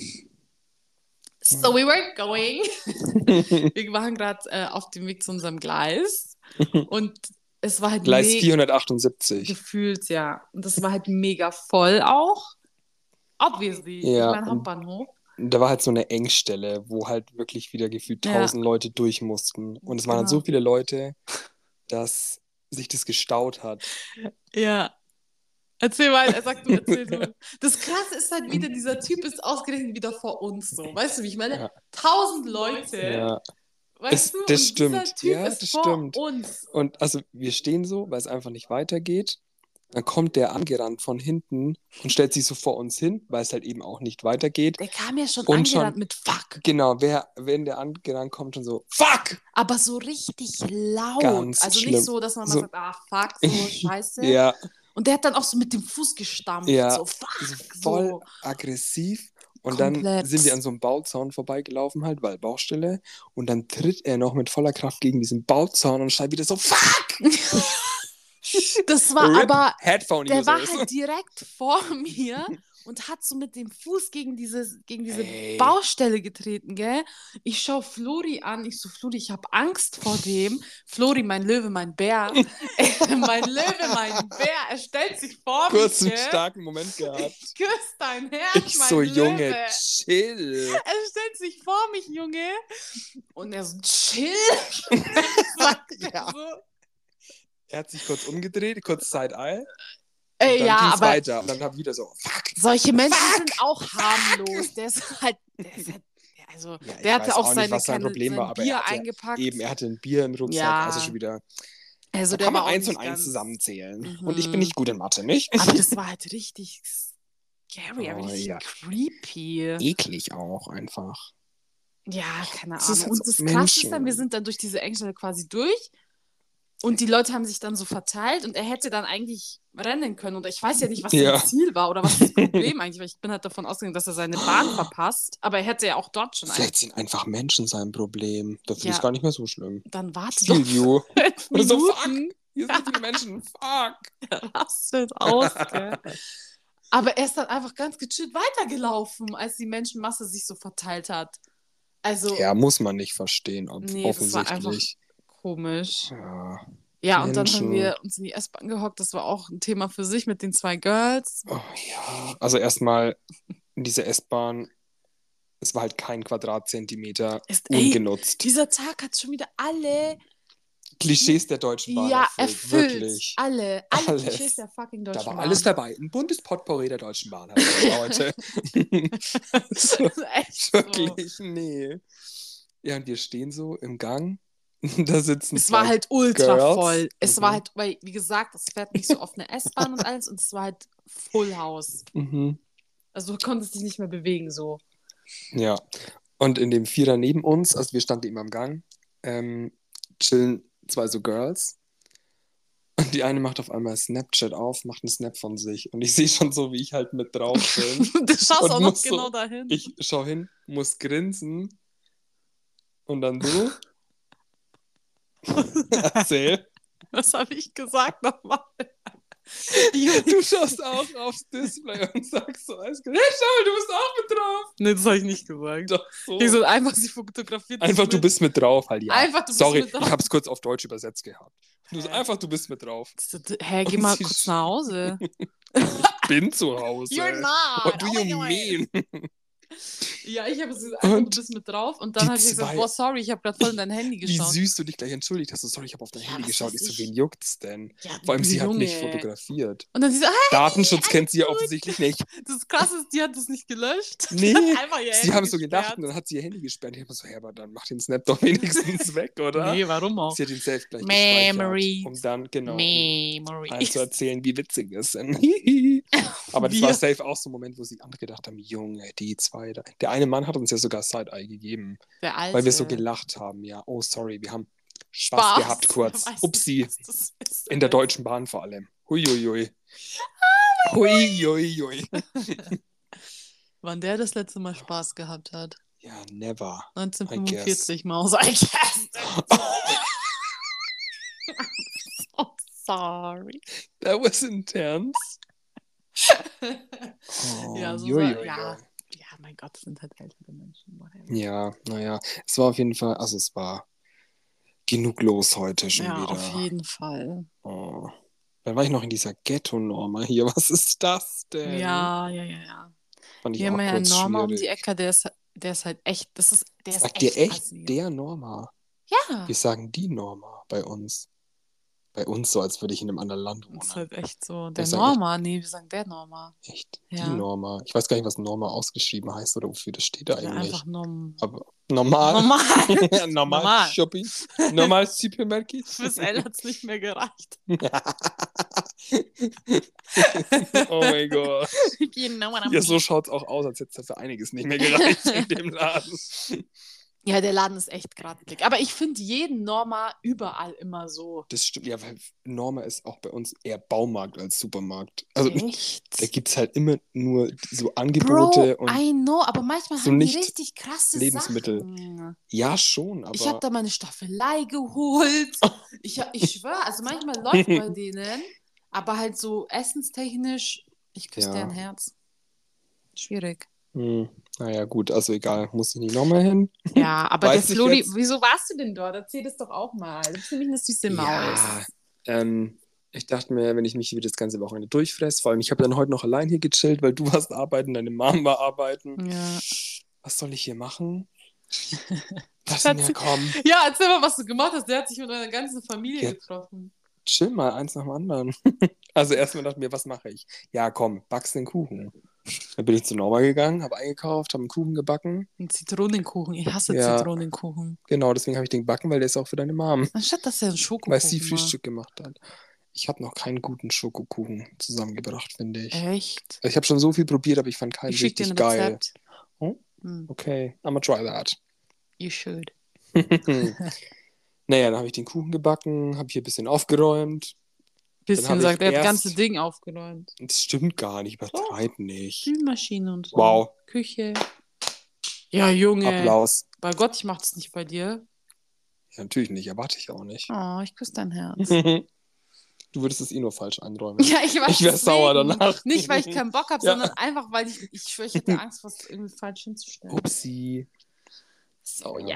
So we were going. Wir waren gerade auf dem Weg zu unserem Gleis und es war halt Gleis 478. gefühlt, ja. Und das war halt mega voll auch. Obviously. Ja, Ich meine, und- Hauptbahnhof. Da war halt so eine Engstelle, wo halt wirklich wieder gefühlt Ja. 1000 Leute durch mussten. Und es waren halt Genau. so viele Leute, dass sich das gestaut hat. Ja. Erzähl mal, er sagt, du erzähl du. Das Krasse ist halt wieder, dieser Typ ist ausgerechnet wieder vor uns so. Weißt du, wie ich meine? Ja. 1000 Leute, Ja. weißt du? Das Und dieser stimmt. Typ Ja, ist das vor stimmt. uns. Und also wir stehen so, weil es einfach nicht weitergeht. Dann kommt der angerannt von hinten und stellt sich so vor uns hin, weil es halt eben auch nicht weitergeht. Der kam ja schon Und angerannt mit Fuck. Genau, wenn der angerannt kommt, schon so, fuck! Aber so richtig laut. Ganz Also schlimm. nicht so, dass man mal So- sagt, ah, fuck, so scheiße. Ja, Und der hat dann auch so mit dem Fuß gestampft. ja, So, fuck. so voll So. aggressiv. Und Komplett. dann sind wir an so einem Bauzaun vorbeigelaufen halt, weil Baustelle. Und dann tritt er noch mit voller Kraft gegen diesen Bauzaun und schreit wieder so, fuck! Das war RIP aber, Headphone der war Users. halt direkt vor mir und hat so mit dem Fuß gegen diese Ey. Baustelle getreten, gell? Ich schau Flori an, ich so, Flori, ich hab Angst vor dem. Flori, mein Löwe, mein Bär. Mein Löwe, mein Bär, er stellt sich vor Kurz mich, einen gell? starken Moment gehabt. Ich küsse dein Herz, Ich mein so, Löwe. Junge, chill. Er stellt sich vor mich, Junge. Und er so, chill. Sagt er Ja. so. Er hat sich kurz umgedreht, kurz Side-Eye. Ey, Dann ja, ging's aber weiter. Und dann hab ich wieder so, fuck. solche Menschen sind auch harmlos. Also, Ja, ich der hatte weiß auch nicht, seine was sein Problem war, aber Bier er hatte eingepackt. eben, er hatte ein Bier im Rucksack, Ja. also schon wieder. Also, Da der kann man war auch 1 nicht und 1 ganz... zusammenzählen. Mhm. Und ich bin nicht gut in Mathe, nicht? Aber das war halt richtig scary, Oh, richtig ja. creepy. Eklig auch einfach. Ja, keine Das ist Ahnung. halt Und so das Krasse ist Menschen. dann, wir sind dann durch diese Engstelle quasi durch. Und die Leute haben sich dann so verteilt und er hätte dann eigentlich rennen können. Und ich weiß ja nicht, was Ja. sein Ziel war oder was das Problem eigentlich war. Ich bin halt davon ausgegangen, dass er seine Bahn verpasst. Aber er hätte ja auch dort schon Vielleicht sind einfach Menschen sein Problem. Das finde Ja. ich gar nicht mehr so schlimm. Dann warte doch Feel you. 5 Oder so, fuck. Minuten. Hier sind so viele Menschen. Fuck. Rastet aus, gell? Aber er ist dann einfach ganz gechillt weitergelaufen, als die Menschenmasse sich so verteilt hat. Also, Ja, muss man nicht verstehen, nee, das war einfach offensichtlich. komisch. Ja. Ja, und dann haben Menschen. wir uns in die S-Bahn gehockt. Das war auch ein Thema für sich mit den 2 Girls. Oh, ja. Also erstmal in dieser S-Bahn, es war halt kein Quadratzentimeter Ey, ungenutzt. dieser Tag hat schon wieder alle Klischees der Deutschen Bahn ja, erfüllt. erfüllt. Wirklich. Alle Alles. Klischees der fucking Deutschen Da war Bahn. alles dabei. Ein buntes Potpourri der Deutschen Bahn hatten wir heute. Das ist echt so. Wirklich, nee. Ja, und wir stehen so im Gang. Da sitzen Es zwei war halt ultra Girls. voll. Es Mhm. war halt, weil, wie gesagt, es fährt nicht so oft eine S-Bahn und alles und es war halt Full House. Mhm. Also du konntest dich nicht mehr bewegen so. Ja. Und in dem Vierer neben uns, also wir standen eben am Gang, chillen 2 so Girls. Und die eine macht auf einmal Snapchat auf, macht einen Snap von sich. Und ich sehe schon so, wie ich halt mit drauf bin. Du schaust Und auch noch muss so- genau dahin. Ich schau hin, muss grinsen. Und dann du. Erzähl. Was habe ich gesagt nochmal? Du schaust auch aufs Display und sagst so, alles gut. Hey, schau, du bist auch mit drauf. Nee, das habe ich nicht gesagt. Doch, so. Ich so, einfach, sie fotografiert dich Einfach, du mit. bist mit drauf halt, ja. Einfach, du bist Sorry, mit drauf. ich hab's kurz auf Deutsch übersetzt gehabt. Du so, Hä? einfach, du bist mit drauf. Hä, geh Und mal sie kurz nach Hause. Bin zu Hause. You're not. What do Oh you my God. mean? Ja, ich habe gesagt, einfach, Und du bist mit drauf. Und dann die habe ich gesagt, zwei- boah, sorry, ich habe gerade voll in dein Handy Wie geschaut. süß du dich gleich entschuldigt hast. So, sorry, ich habe auf dein Ja, Handy was geschaut. weiß Ich so, ich. wen juckt's denn? Ja, Vor allem, sie hat nicht Junge. fotografiert. Und dann sie so, hey, Datenschutz kennt sie ja gut. offensichtlich nicht. das Krasse ist, die hat das nicht gelöscht. Nee, Die hat einfach ihr Sie Handy haben so gedacht gesperrt. und dann hat sie ihr Handy gesperrt. Ich habe so, aber dann mach den Snap doch wenigstens weg, oder? Nee, warum auch? Sie hat ihn selbst gleich Memories. gespeichert, um dann, genau, Memory. allen zu erzählen, wie witzig wir sind. Aber das Wir- war safe auch so ein Moment, wo sie andere gedacht haben, Junge, die 2 da. Der eine Mann hat uns ja sogar Side-Eye gegeben, Der Alte. weil wir so gelacht haben. Ja, oh sorry, wir haben Spaß gehabt kurz. Weiß nicht, Upsi, was das ist. in der Deutschen Bahn vor allem. Huiuiui. Huiuiui. Wann der das letzte Mal Spaß gehabt hat? Ja, never. 1945, Maus. I guess. Oh, sorry. That was intense. Oh, Ja, so juiuiui. ja, mein Gott, das sind halt ältere Menschen. Whatever. Ja, naja, es war auf jeden Fall, also es war genug los heute schon Ja, wieder. auf jeden Fall. Oh. Dann war ich noch in dieser Ghetto-Norma hier. Was ist das denn? Ja. Fand ich Hier haben auch wir ja einen kurz Norma um schwierig. die Ecke, der ist halt echt, der Sagt ist ihr echt assi. der Norma? Ja. Wir sagen die Norma bei uns. bei uns so, als würde ich in einem anderen Land Das ist wohnen. halt echt so. Wir Der sagen Norma, nee, wir sagen der Norma. Echt? Ja. Die Norma. Ich weiß gar nicht, was Norma ausgeschrieben heißt oder wofür das steht Oder eigentlich. einfach Norm. Aber normal. Normal. Normal Shopping. Normal Supermarket. Fürs L hat es nicht mehr gereicht. Oh mein Gott. You know what I Ja, mean. so schaut es auch aus, als hätte es für einiges nicht mehr gereicht in dem Laden. Ja, der Laden ist echt grattelig. Aber ich finde jeden Norma überall immer so. Das stimmt, ja, weil Norma ist auch bei uns eher Baumarkt als Supermarkt. Also Echt? da gibt es halt immer nur so Angebote Bro, und I know, aber manchmal so haben die nicht richtig krasse Lebensmittel. Sachen. Ja, schon, Ich habe aber da meine Staffelei geholt. Ich schwöre, also manchmal läuft bei denen, aber halt so essenstechnisch, ich küsse Ja. deren Herz. Schwierig. Naja, gut, also egal, muss ich nicht nochmal hin. Ja, aber Weiß der ich Flori, jetzt. wieso warst du denn dort? Erzähl das doch auch mal. Du bist nämlich eine süße Maus. Ja, ich dachte mir, wenn ich mich hier das ganze Wochenende durchfresse, vor allem ich habe dann heute noch allein hier gechillt, weil du warst arbeiten, deine Mom war arbeiten. Ja. Was soll ich hier machen? Dachte mir, komm, Ja, erzähl mal, was du gemacht hast. Der hat sich mit deiner ganzen Familie Ja. getroffen. chill mal, eins nach dem anderen. Also erstmal dachte ich mir, was mache ich? Ja, komm, backst den Kuchen. Dann bin ich zu Norma gegangen, habe eingekauft, habe einen Kuchen gebacken. Ein Zitronenkuchen. Ich hasse Ja. Zitronenkuchen. Genau, deswegen habe ich den gebacken, weil der ist auch für deine Mom. Anstatt dass er einen Weil Schokokuchen sie macht. Frühstück gemacht hat. Ich habe noch keinen guten Schokokuchen zusammengebracht, finde ich. Echt? Also ich habe schon so viel probiert, aber ich fand keinen Ich schicke dir richtig ein geil. Rezept. Oh? Hm. Okay, I'm gonna try that. You should. Naja, dann habe ich den Kuchen gebacken, habe hier ein bisschen aufgeräumt. Bisschen habe sagt, ich er hat das erst- ganze Ding aufgeräumt. Das stimmt gar nicht, übertreib nicht. Spülmaschine und so. Wow, Küche. Ja, Junge. Applaus. Bei Gott, ich mach das nicht bei dir. Ja, natürlich nicht, erwarte ich auch nicht. Oh, ich küsse dein Herz. Du würdest es eh nur falsch einräumen. Ja, ich weiß. Ich wär sauer deswegen. danach. Nicht, weil ich keinen Bock habe, Ja. sondern einfach, weil ich schwöre, ich hätte Angst, was irgendwie falsch hinzustellen. Upsi. So, Ja. ja.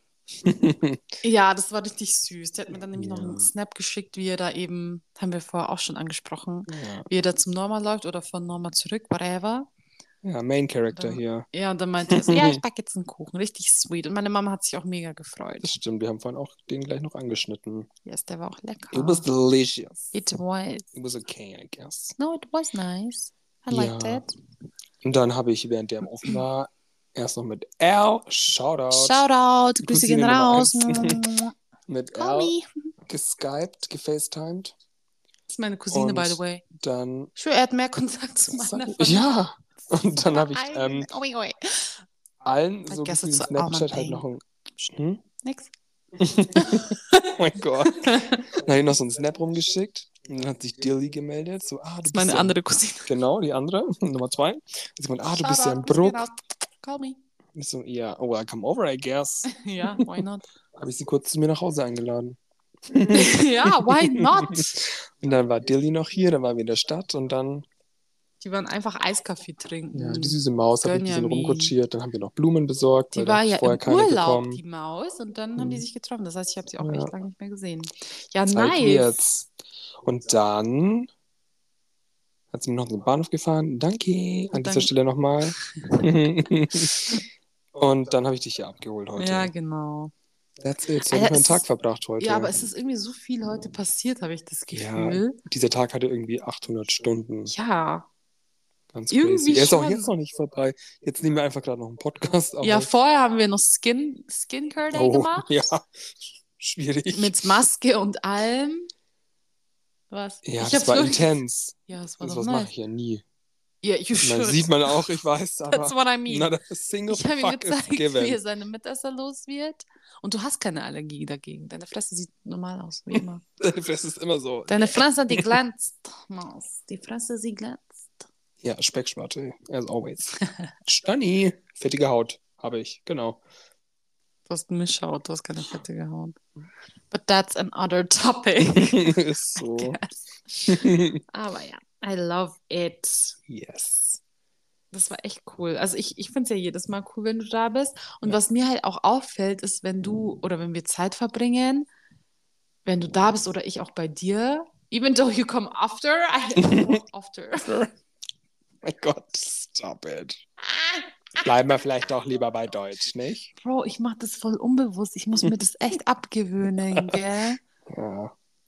Ja, das war richtig süß. Der hat mir dann nämlich noch Ja. einen Snap geschickt, wie er da eben, haben wir vorher auch schon angesprochen, Ja, wie er da zum Norma läuft oder von Norma zurück, whatever. ja, Main Character Dann- hier. Ja, und dann meinte er so, ja, ich backe jetzt einen Kuchen. Richtig sweet. Und meine Mama hat sich auch mega gefreut. Das stimmt, wir haben vorhin auch den gleich noch angeschnitten. Yes, der war auch lecker. It was delicious. It was. It was okay, I guess. No, it was nice. I liked Ja. it. Und dann habe ich, während der im Ofen war, erst noch mit Al, Shoutout, Shoutout, Grüße gehen Nummer raus. eins. mit Call Al me. geskypt, gefacetimed. Das ist meine Cousine, Und by the way. Dann, Ich schwöre, er hat mehr Kontakt zu meiner Familie. ja, und dann habe ich Oi, oi. allen I so guess gefühlt it's in a Almond Snapchat halt thing. noch ein... Hm? Nix. Oh mein Gott. Dann habe ich noch so einen Snap rumgeschickt. Und dann hat sich Dilly gemeldet. So, du Das ist bist meine ja andere Cousine. Genau, die andere, Nummer 2. Sie meint, du bist ja in Shoutout, Grüße gehen Bruck. raus. Call me. Ich so, ja, oh, I come over, I guess. Ja, why not? Habe ich sie kurz zu mir nach Hause eingeladen. Ja, why not? Und dann war Dilly noch hier, dann waren wir in der Stadt und dann, Die waren einfach Eiskaffee trinken. ja, die süße Maus, habe ich ein bisschen Benjamin. rumkutschiert. Dann haben wir noch Blumen besorgt, weil Die da war hab ich ja vorher im keine Urlaub, bekommen. die Maus, und dann haben die sich getroffen. Das heißt, ich habe sie auch Ja. echt lange nicht mehr gesehen. Ja, Zeit nice. wird's. Und dann hat sie mir noch zum Bahnhof gefahren. Danke an dieser dann- Stelle nochmal. Und dann habe ich dich hier abgeholt heute. Ja, genau. That's it. So Alter, habe ich meinen es Tag ist- verbracht heute. Ja, aber es ist irgendwie so viel heute passiert, habe ich das Ja, Gefühl. dieser Tag hatte irgendwie 800 Stunden. Ja. Ganz irgendwie crazy. Er ist auch schon. jetzt noch nicht vorbei. Jetzt nehmen wir einfach gerade noch einen Podcast auf. Ja, vorher haben wir noch Skincare Day gemacht. Ja, schwierig. Mit Maske und allem. Was? ja, Ich das hab war Flori- intens. Ja, das war Das doch was mache nice. ich ja nie. Ja, you Ich meine, should. sieht man auch, ich weiß, aber That's what I mean. not a single Ich habe ihm fuck is gezeigt, wie er given. seine Mitesser los wird. Und du hast keine Allergie dagegen. Deine Fresse sieht normal aus, wie immer. Deine Fresse ist immer so. Deine Fresse, die glänzt, Maus. Die Fresse, sie glänzt. Ja, Speckschwatte, as always. Stani, fettige Haut habe ich, genau. Du hast Mischhaut, du hast keine fettige Haut. But that's another topic. Ist so. Aber ja, I love it. Yes. Das war echt cool. Also ich finde es ja jedes Mal cool, wenn du da bist. Und was mir halt auch auffällt, ist, wenn du oder wenn wir Zeit verbringen, wenn du da bist oder ich auch bei dir, even though you come after, after. Mein Gott, stop it. Bleiben wir vielleicht doch lieber bei Deutsch, nicht? Bro, ich mache das voll unbewusst. Ich muss mir das echt abgewöhnen, gell? Ja.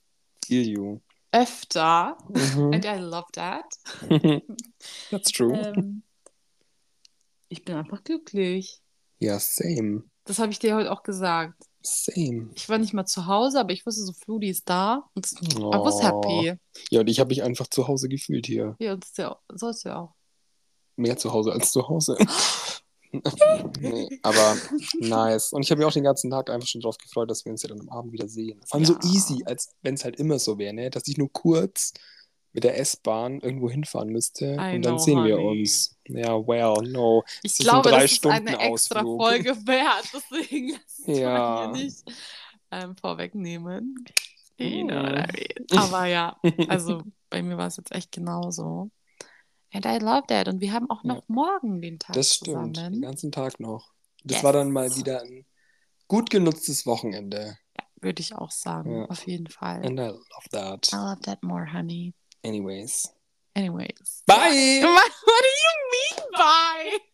Feel you. Öfter. Mhm. And I love that. That's true. Ich bin einfach glücklich. Ja, same. Das habe ich dir heute auch gesagt. Same. Ich war nicht mal zu Hause, aber ich wusste so, Fludi ist da. Und I was Oh. happy. Ja, und ich habe mich einfach zu Hause gefühlt hier. Ja, und das ist ja, sollst du ja auch. Mehr zu Hause als zu Hause. Nee, aber nice. Und ich habe mich auch den ganzen Tag einfach schon drauf gefreut, dass wir uns ja dann am Abend wieder sehen. Vor allem so Ja. easy, als wenn es halt immer so wäre, ne? Dass ich nur kurz mit der S-Bahn irgendwo hinfahren müsste I und dann know, sehen wir honey. uns. Ja, well, no. Ich Es ist ein glaube, das ist eine 3-Stunden-Ausflug. extra Folge wert. Deswegen lass es mal Ja. hier nicht vorwegnehmen. Hm. You know what I mean. Aber ja, also bei mir war es jetzt echt genauso. And I love that. Und wir haben auch noch morgen den Tag Das stimmt, den zusammen. ganzen Tag noch. Das Yes. war dann mal wieder ein gut genutztes Wochenende. Ja, würde ich auch sagen. Ja. Auf jeden Fall. And I love that. I love that more, honey. Anyways. Anyways. Bye! What do you mean, bye?